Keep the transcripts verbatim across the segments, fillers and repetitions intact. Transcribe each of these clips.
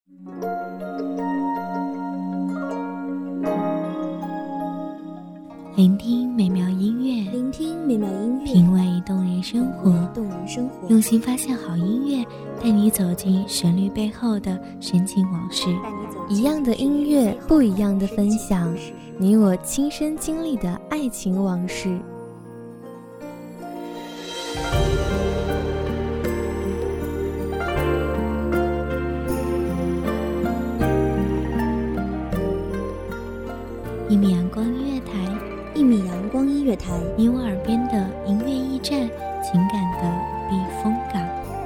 聆听美妙音乐， 聆听美妙音乐， 品味动人生活， 动人生活， 用心发现好音乐，带你走进旋律背后的深情往事。 一样的音乐，不一样的分享，你我亲身经历的爱情往事。 一米阳光音乐台， 一米阳光音乐台， 你我耳边的音乐驿站，情感的避风港。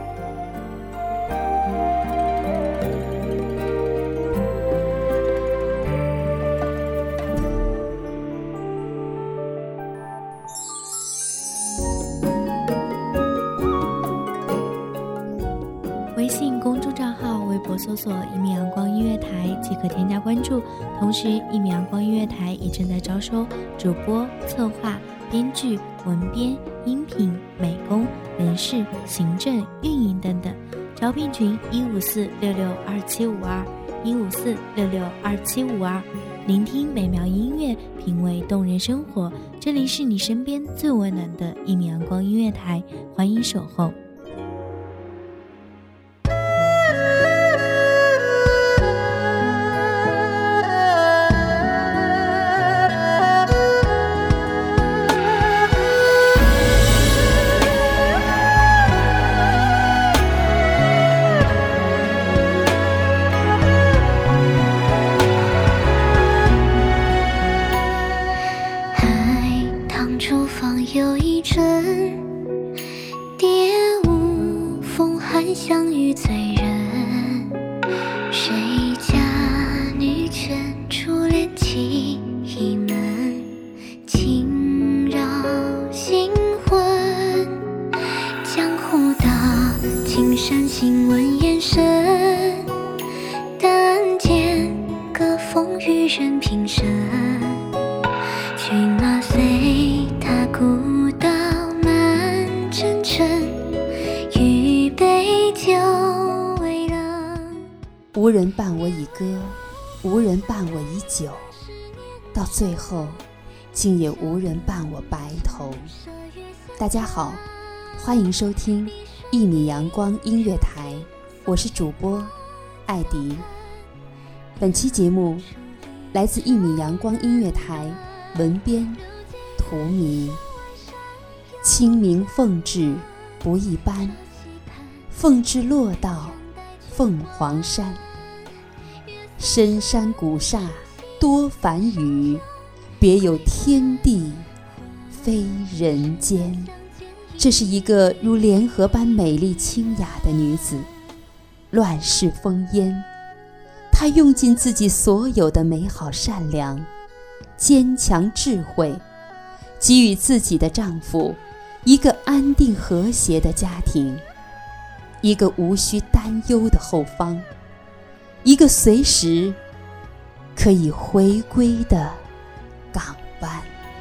微信公众账号、微博搜索一米阳光音乐台即可添加关注。同时，一米阳光音乐台也正在招收主播、策划、编剧、文编、音频、美工、人事、行政、运营等等。招聘群一五四六六二七五二一五四六六二七五二。聆听美妙音乐，品味动人生活。这里是你身边最温暖的一米阳光音乐台，欢迎守候。 有一阵蝶舞，风寒相遇醉人，谁家女眷初恋起一门，轻绕心魂，江湖道青山新闻眼神，但见各风雨人平生，去那随他古道满沉沉，欲杯酒为冷。 无人伴我以歌，无人伴我以酒，到最后竟也无人伴我白头。大家好，欢迎收听一米阳光音乐台，我是主播艾迪。本期节目来自一米阳光音乐台，文编荼蘼。清明凤至不一般，凤至落到凤凰山。深山古刹多繁语，别有天地非人间。这是一个如莲荷般美丽清雅的女子，乱世烽烟，她用尽自己所有的美好善良、坚强智慧，给予自己的丈夫一个安定和谐的家庭，一个无需担忧的后方，一个随时可以回归的港湾。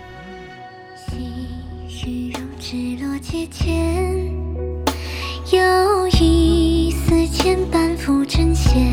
细雨如枝落阶前，有一丝牵绊浮针线，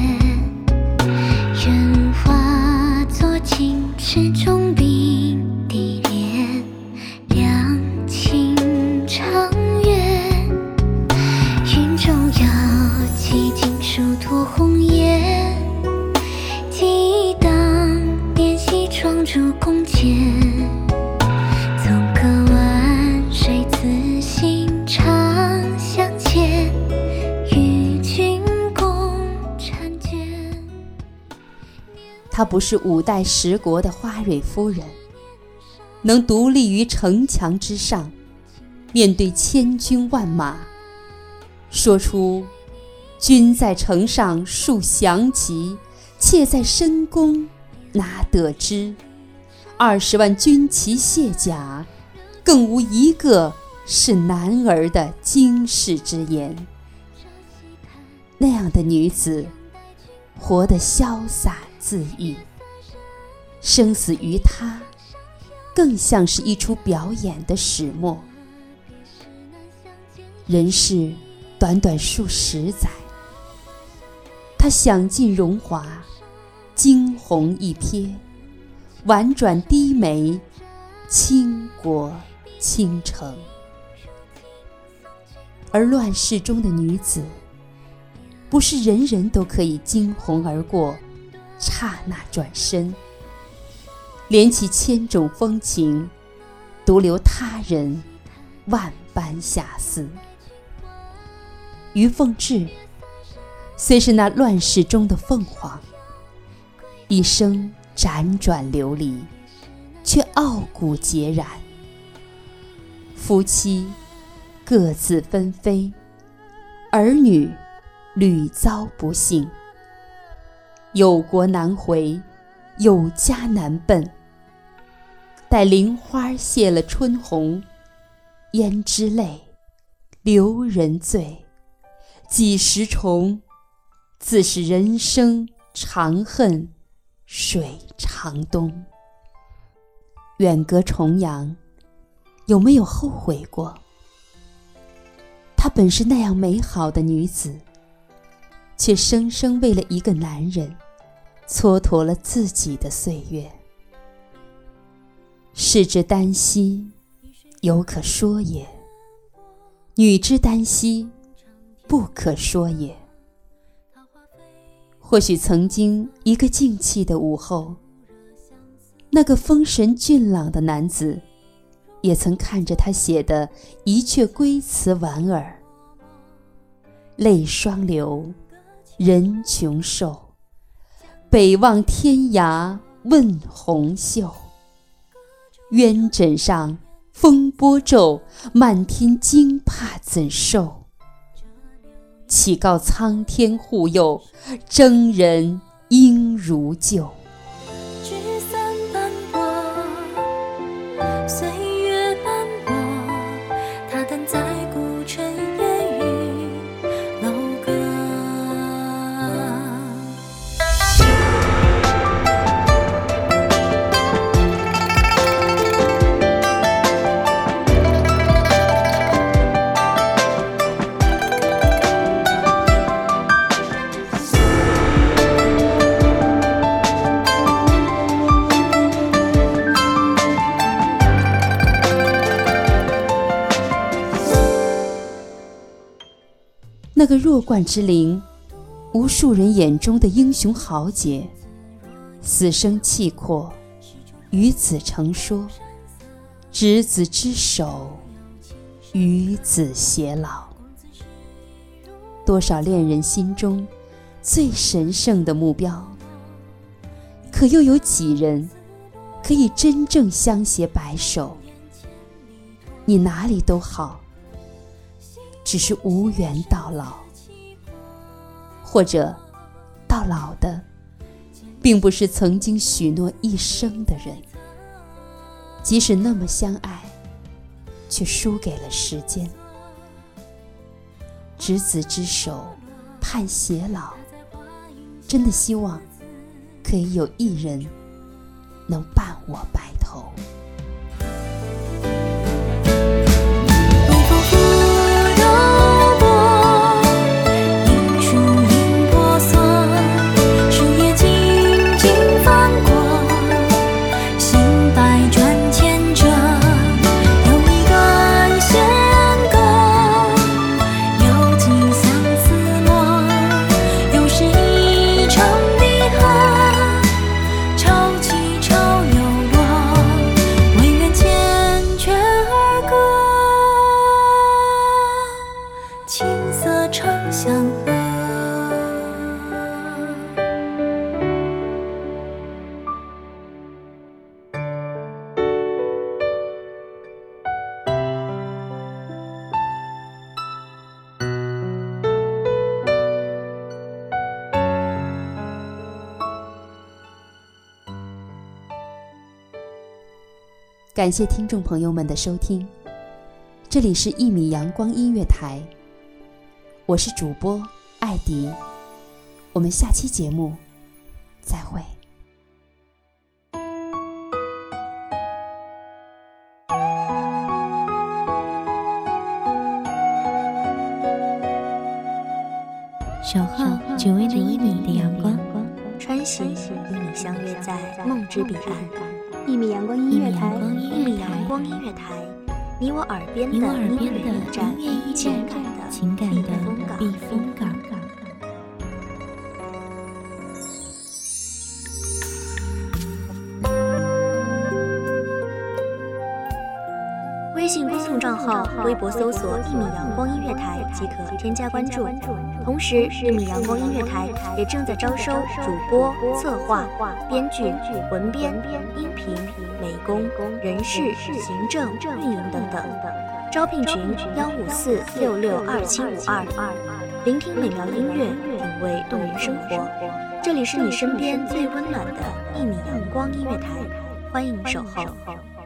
人化作金池中冰滴莲，两情长远，云中摇起金树托红颜，激荡滇西庄主弓箭，纵隔万水自心常相牵，与君共婵娟。 她不是五代十国的花蕊夫人，能独立于城墙之上，面对千军万马，说出君在城上树降旗，妾在深宫拿得知。二十万军旗卸甲，更无一个是男儿的惊世之言。那样的女子，活得潇洒恣意，生死于她，更像是一出表演的始末。人世短短数十载，她他享尽荣华，惊鸿一瞥，婉转低眉，倾国倾城。而乱世中的女子，不是人人都可以惊鸿而过，刹那转身，怜其千种风情，独留他人万般遐思。于凤至虽是那乱世中的凤凰，一生辗转流离，却傲骨孑然。夫妻各自纷飞，儿女屡遭不幸，有国难回，有家难奔。待菱花谢了春红，胭脂泪，留人醉。几时重？自是人生长恨水长东。远隔重洋，有没有后悔过？她本是那样美好的女子，却生生为了一个男人蹉跎了自己的岁月。士之耽兮，犹可说也；女之耽兮，不可说也。或许曾经一个静气的午后，那个风神俊朗的男子也曾看着他写的一阙归词莞尔，泪双流，人穷瘦，北望天涯问红袖。鸳枕上风波骤，漫天惊怕怎受？岂告苍天护佑，征人应如旧。 聚散斑驳，岁月斑驳，他等在古城烟雨楼阁。 那个弱冠之龄，无数人眼中的英雄豪杰，死生契阔，与子成说，执子之手，与子偕老。多少恋人心中最神圣的目标，可又有几人可以真正相携白首？你哪里都好，只是无缘到老。或者到老的并不是曾经许诺一生的人，即使那么相爱，却输给了时间。执子之手，盼偕老，真的希望可以有一人能伴我白头。感谢听众朋友们的收听，这里是一米阳光音乐台，我是主播艾迪，我们下期节目再会。 小号只为那一米的阳光， 穿行与你相约在梦之彼岸。 一米阳光音乐台， 一米阳光音乐台，你我耳边的音乐驿站，情感的情感的避风港。 微信公众账号、微博搜索“一米阳光音乐台”即可添加关注。同时，一米阳光音乐台也正在招收主播、策划、编剧、文编、音频、美工、人事、行政、运营等等。招聘群：幺五四六六二七五二。聆听美妙音乐，品味动人生活。这里是你身边最温暖的一米阳光音乐台，欢迎守候。